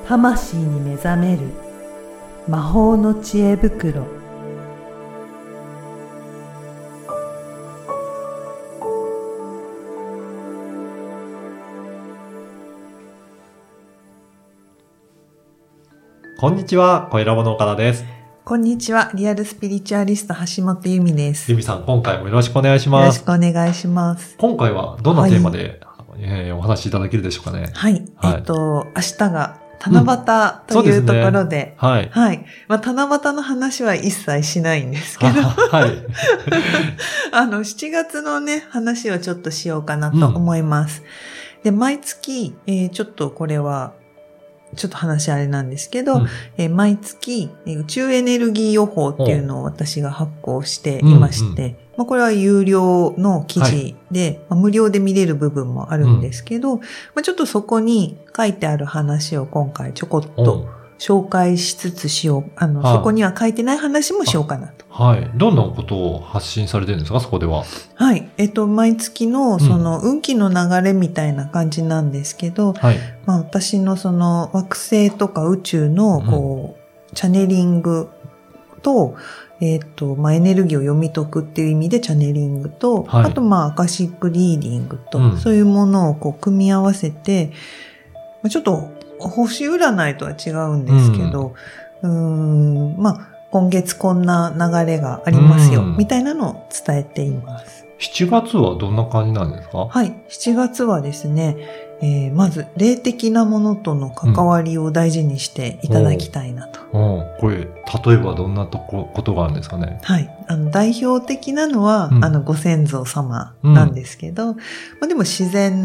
魂に目覚める魔法の知恵袋。 こんにちは、小ラボの岡田です。 こんにちは、リアルスピリチュアリスト橋本由美です。 由美さん、今回もよろしくお願いします。 よろしくお願いします。 今回はどんなテーマで、お話しいただけるでしょうかね。 はい。明日が七夕というところで、 はい。 はい。七夕の話は一切しないんですけど、 はい。 7月のね、話をちょっとしようかなと思います。で、毎月、ちょっとこれは、ちょっと話あれなんですけど、毎月、宇宙エネルギー予報っていうのを私が発行していまして、これは有料の記事で、無料で見れる部分もあるんですけど、ちょっとそこに書いてある話を今回ちょこっと紹介しつつしよう。そこには書いてない話もしようかなと。 はい。どんなことを発信されてるんですか、そこでは。 はい。毎月のその運気の流れみたいな感じなんですけど、 はい。 私のその惑星とか宇宙のチャネリングと、エネルギーを読み解くっていう意味でチャネリングと、 はい、 あとアカシックリーディングと、そういうものを組み合わせて、ちょっと星占いとは違うんですけど、今月こんな流れがありますよ、みたいなのを伝えています。 7月はどんな感じなんですか？ はい。7月はですね、まず、霊的なものとの関わりを大事にしていただきたいなと。 これ、例えばどんなことがあるんですかね？ はい。代表的なのは、ご先祖様なんですけど、でも自然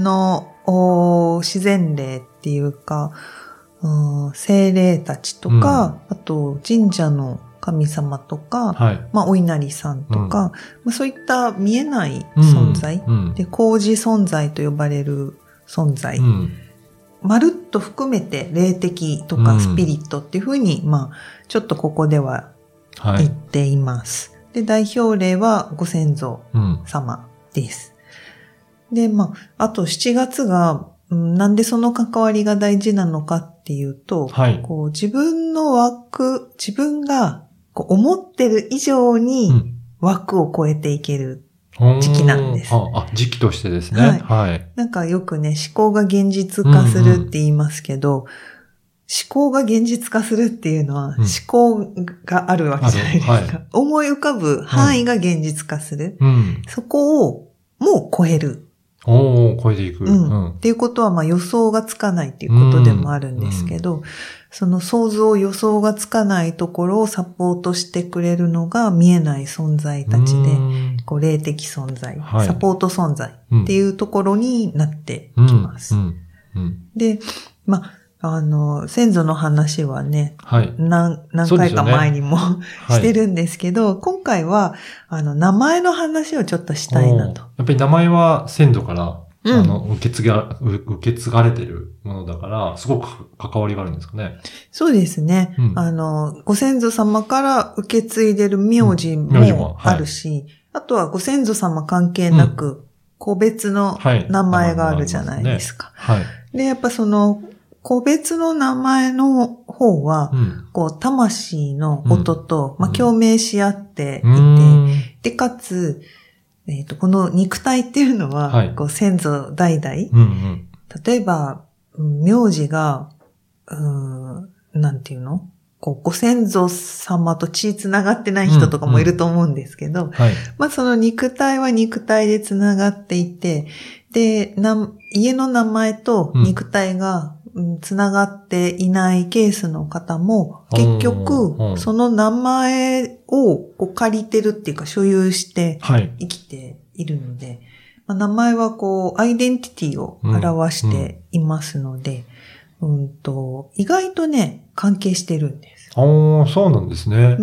霊っていうか、精霊たちとか、あと神社の神様とか、お稲荷さんとか、そういった見えない存在、で、工事存在と呼ばれる存在、まるっと含めて霊的とかスピリットっていうふうに、ちょっとここでは言っています。で、代表例はご先祖様です。で、あと7月が、なんでその関わりが大事なのかっていうと、自分の枠、自分が思ってる以上に枠を超えていける時期なんです。 時期としてですね。はい。 なんかよくね、思考が現実化するって言いますけど、思考が現実化するっていうのは、思考があるわけじゃないですか。思い浮かぶ範囲が現実化する。そこをもう超える。 超えていく。 っていうことは、予想がつかないっていうことでもあるんですけど、その想像、予想がつかないところをサポートしてくれるのが見えない存在たちで、霊的存在、サポート存在っていうところになってきます。で、先祖の話はね、何回か前にもしてるんですけど、今回は、名前の話をちょっとしたいなと。 やっぱり名前は先祖から、受け継がれてるものだから、すごく関わりがあるんですかね。 そうですね。ご先祖様から受け継いでる名字もあるし、あとはご先祖様関係なく、個別の名前があるじゃないですか。で、やっぱその、個別の名前の方は、魂の音と、共鳴し合っていて、で、かつ、この肉体っていうのは、先祖代々、例えば、名字が、なんていうの？ご先祖様と血つながってない人とかもいると思うんですけど、その肉体は肉体でつながっていて、で、家の名前と肉体がつながっていないケースの方も、結局、その名前を借りてるっていうか所有して生きているので、名前はアイデンティティを表していますので、意外とね、関係してるんです。 そうなんですね。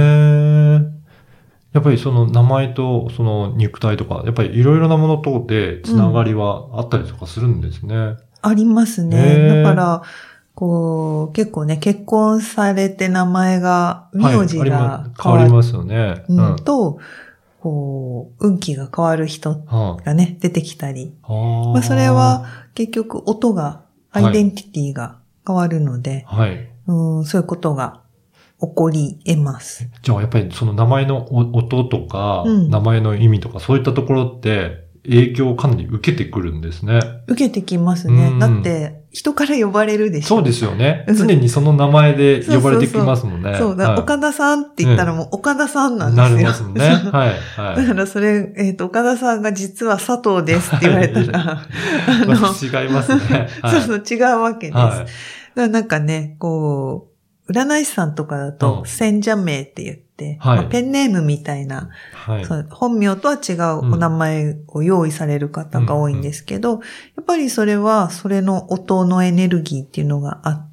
やっぱりその名前とその肉体とか、やっぱりいろいろなものとでつながりはあったりとかするんですね。 ありますね。だから、結構ね、結婚されて名前が、名字が変わりますよね。 と、運気が変わる人がね、出てきたり。それは結局音が、アイデンティティが変わるので、 はい。 そういうことが起こり得ます。 じゃあやっぱりその名前の音とか、名前の意味とかそういったところって影響をかなり受けてくるんですね。 受けてきますね。だって人から呼ばれるでしょ。 そうですよね。常にその名前で呼ばれてきますもんね。 そうだ、はい、岡田さんって言ったらもう岡田さんなんですよ。 なりますもんね。はい。はい。 だからそれ、岡田さんが実は佐藤ですって言われたら、 違いますね。 はい、そう違うわけです。はい、だからなんかね、こう、占い師さんとかだと、選者名って言って、はいペンネームみたいな、はい、本名とは違うお名前を用意される方が多いんですけど、やっぱりそれは、それの音のエネルギーっていうのがあって、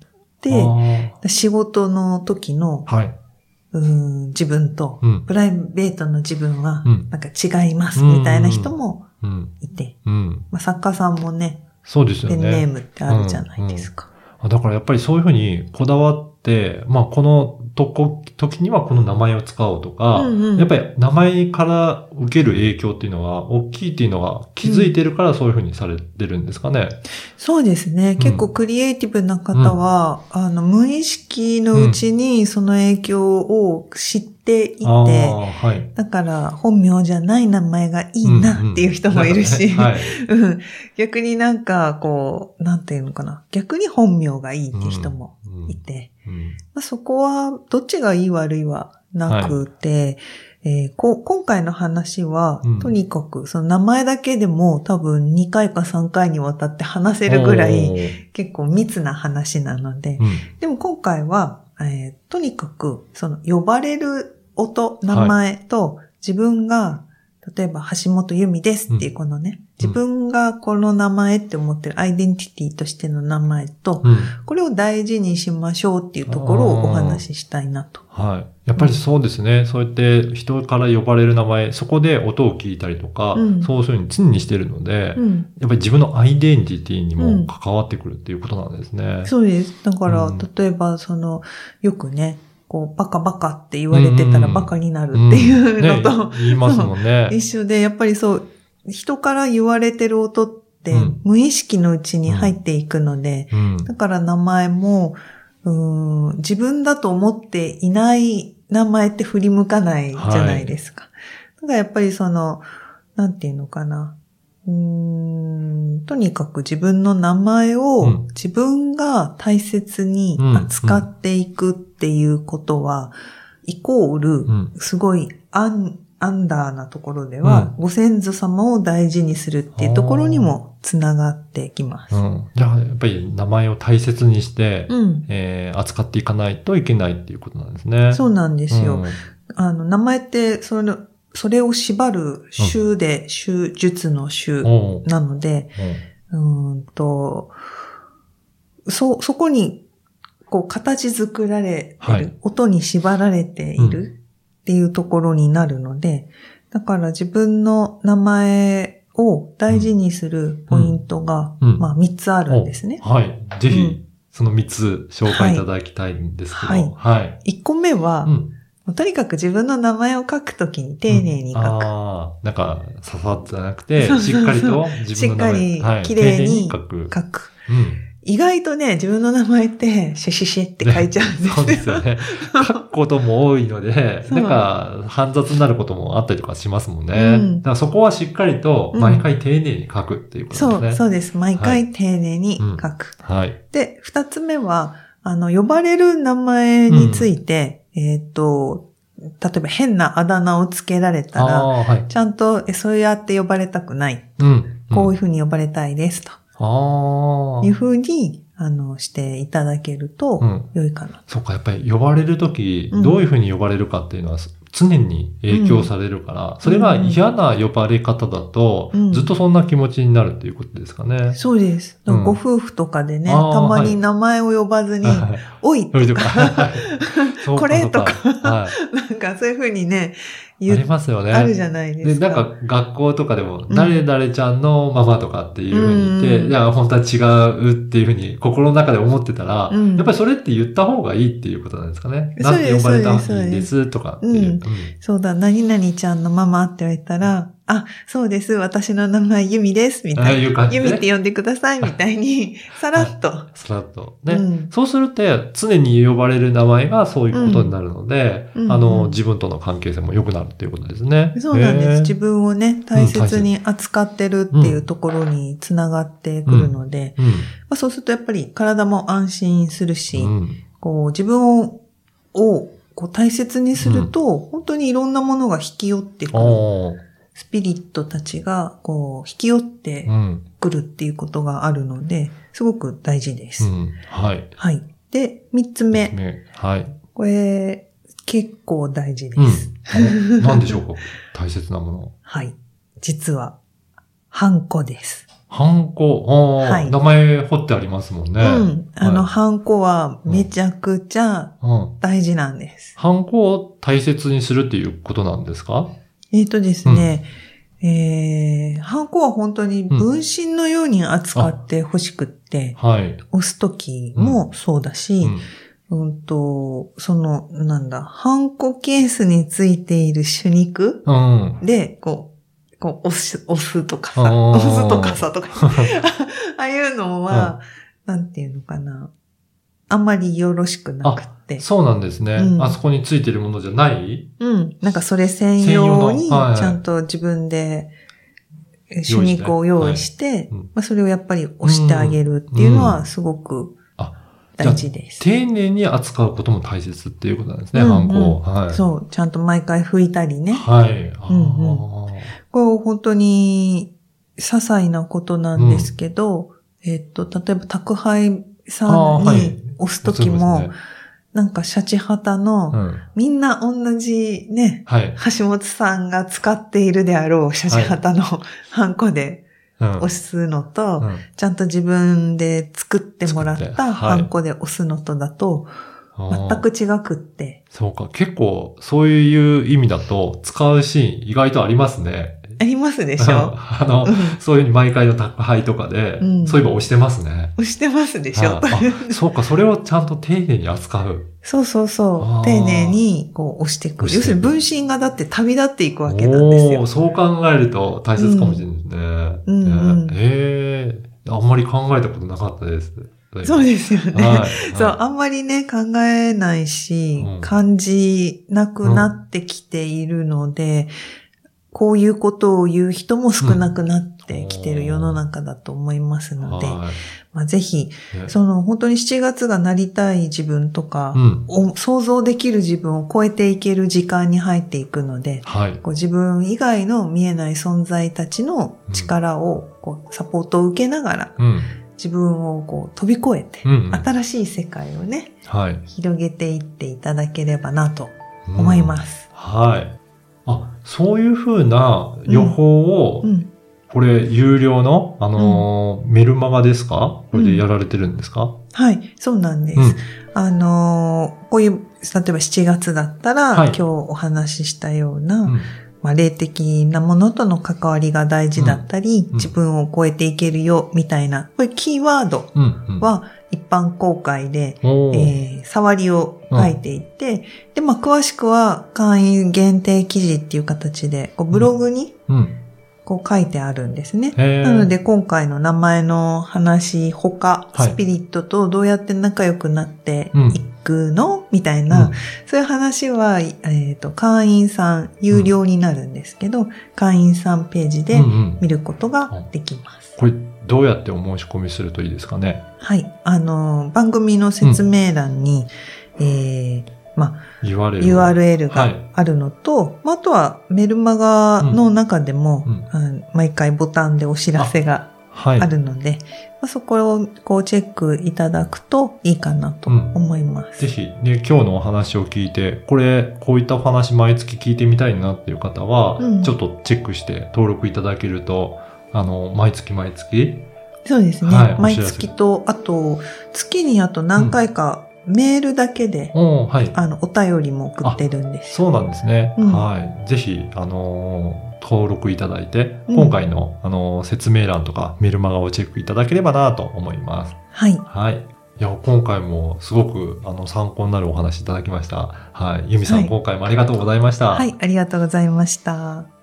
仕事の時の、はい自分と、プライベートの自分は、なんか違いますみたいな人もいて、作家さんもね、 そうですよね。 ペンネームってあるじゃないですか。 だからやっぱりそういうふうにこだわって、まあこの時にはこの名前を使おうとか、やっぱり名前から受ける影響っていうのは大きいっていうのは気づいてるからそういうふうにされてるんですかね。 そうですね。結構クリエイティブな方は、無意識のうちにその影響を知っていて、はい、だから本名じゃない名前がいいなっていう人もいるし、逆になんかこう、なんていうのかな。逆に本名がいいっていう人もいて、そこはどっちがいい悪いはなくて、今回の話は、とにかくその名前だけでも多分2回か3回にわたって話せるぐらい結構密な話なので、でも今回は、とにかくその呼ばれる音、名前と自分が、例えば橋本由美ですっていうこのね、自分がこの名前って思ってるアイデンティティとしての名前と、これを大事にしましょうっていうところをお話ししたいなと。 はい。やっぱりそうですね。そうやって人から呼ばれる名前、そこで音を聞いたりとか、そういうふうに常にしてるので、やっぱり自分のアイデンティティにも関わってくるっていうことなんですね。 そうです。だから、例えばよくね、こう、バカバカって言われてたらバカになるっていうのと、 言いますもんね。 一緒で、やっぱりそう、人から言われてる音って無意識のうちに入っていくので、だから名前も、自分だと思っていない名前って振り向かないじゃないですか。だからやっぱりなんていうのかな。とにかく自分の名前を自分が大切に扱っていくっていうことは、イコール、すごいアンダーなところでは、ご先祖様を大事にするっていうところにもつながってきます。 じゃあ、やっぱり名前を大切にして、扱っていかないといけないっていうことなんですね。 そうなんですよ。名前って、それを縛る種で、種術の種なので、そこに、こう、形作られてる、音に縛られているっていうところになるので、だから自分の名前を大事にするポイントが、まあ3つあるんですね。 はい。ぜひ、その3つ紹介いただきたいんですけど。 はい。1個目は、とにかく自分の名前を書くときに丁寧に書く。 なんか、ささっじゃなくて、しっかりと自分の名前しっかり、綺麗に書く。意外とね、自分の名前って、シェシェシェって書いちゃうんですよ。 そうですよね。書くことも多いので、なんか、煩雑になることもあったりとかしますもんね。だからそこはしっかりと、毎回丁寧に書くっていうことですね。 そうです。毎回丁寧に書く。はい。で、2つ目は、呼ばれる名前について、例えば変なあだ名をつけられたら、ちゃんと、そうやって呼ばれたくない。こういうふうに呼ばれたいですと。いうふうに、していただけると、良いかな。 そうか、やっぱり呼ばれるとき、どういうふうに呼ばれるかっていうのは、常に影響されるから、それが嫌な呼ばれ方だと、ずっとそんな気持ちになるっていうことですかね。 そうです。ご夫婦とかでね、たまに名前を呼ばずに、おいとか、これとか、なんかそういうふうにね、 ありますよね。 あるじゃないですか。 で、なんか学校とかでも、誰々ちゃんのママとかっていうふうに言って、いや、本当は違うっていうふうに心の中で思ってたら、やっぱりそれって言った方がいいっていうことなんですかね。なんて呼ばれたらいいですとかっていう。 そうだ、何々ちゃんのママって言われたら、 あ、そうです。私の名前ユミです。みたいな。ユミって呼んでください。みたいに、さらっと。 さらっと。で、そうすると、常に呼ばれる名前がそういうことになるので、自分との関係性も良くなるっていうことですね。 そうなんです。自分をね、大切に扱ってるっていうところにつながってくるので、そうするとやっぱり体も安心するし、こう自分をこう大切にすると、本当にいろんなものが引き寄ってくる。スピリットたちが、こう、引き寄ってくるっていうことがあるので、すごく大事です。 はい。 はい。で、三つ目。 はい。 これ、結構大事です。 何でしょうか？大切なもの。 はい。実は、ハンコです。 ハンコ、はい、名前彫ってありますもんね。 ハンコはめちゃくちゃ大事なんです。 ハンコを大切にするっていうことなんですか？ ですね、ハンコは本当に分身のように扱ってほしくって、押すときもそうだし、ハンコケースについている手肉で、こう、押すとかさ、とか。ああいうのは、なんていうのかな。あんまりよろしくなくて。 そうなんですね。あそこについてるものじゃない？ なんかそれ専用に、ちゃんと自分で手肉を用意して、それをやっぱり押してあげるっていうのはすごく大事です。 丁寧に扱うことも大切っていうことなんですね、ハンコ。 そう、ちゃんと毎回拭いたりね。 はい。 これ本当に些細なことなんですけど、例えば宅配さんに押すときも、なんかシャチハタの、みんな同じね、橋本さんが使っているであろうシャチハタのハンコで押すのと、ちゃんと自分で作ってもらったハンコで押すのとだと、全く違くって。 そうか、結構そういう意味だと使うシーン意外とありますね。 ありますでしょそういうふうに毎回の宅配とかで、そういえば押してますね。 押してますでしょそうか、それをちゃんと丁寧に扱う。 そう。丁寧にこう押していく。要するに分身がだって旅立っていくわけなんですよ。 そう考えると大切かもしれないですね。あんまり考えたことなかったです。 そうですよね。そう、あんまりね、考えないし、感じなくなってきているので、こういうことを言う人も少なくなってきている世の中だと思いますので、ぜひ、本当に7月がなりたい自分とか、想像できる自分を超えていける時間に入っていくので、自分以外の見えない存在たちの力をサポートを受けながら、自分を飛び越えて、新しい世界をね、広げていっていただければなと思います。 そういうふうな予報を、これ、有料の、メルマガですか？これでやられてるんですか？ はい、そうなんです。こういう、例えば7月だったら、今日お話ししたような、霊的なものとの関わりが大事だったり、自分を超えていけるよ、みたいな、こういうキーワードは一般公開で、触りを書いていて、で、詳しくは会員限定記事っていう形で、ブログに、書いてあるんですね。なので今回の名前の話、スピリットとどうやって仲良くなっていくのみたいな、そういう話は、会員さん有料になるんですけど、会員さんページで見ることができます。 これどうやってお申し込みするといいですかね？ はい。番組の説明欄に、URL があるのと、あとはメルマガの中でも、毎回ボタンでお知らせがあるので、そこをチェックいただくといいかなと思います。 ぜひね、今日のお話を聞いて、こういったお話毎月聞いてみたいなっていう方は、ちょっとチェックして登録いただけると、毎月、 そうですね。毎月と、あと、月にあと何回か、メールだけで、お便りも送ってるんです。 そうなんですね。ぜひ、登録いただいて、今回の、説明欄とかメルマガをチェックいただければなと思います。いや、今回もすごく、参考になるお話いただきました。ユミさん、今回もありがとうございました。 ありがとうございました。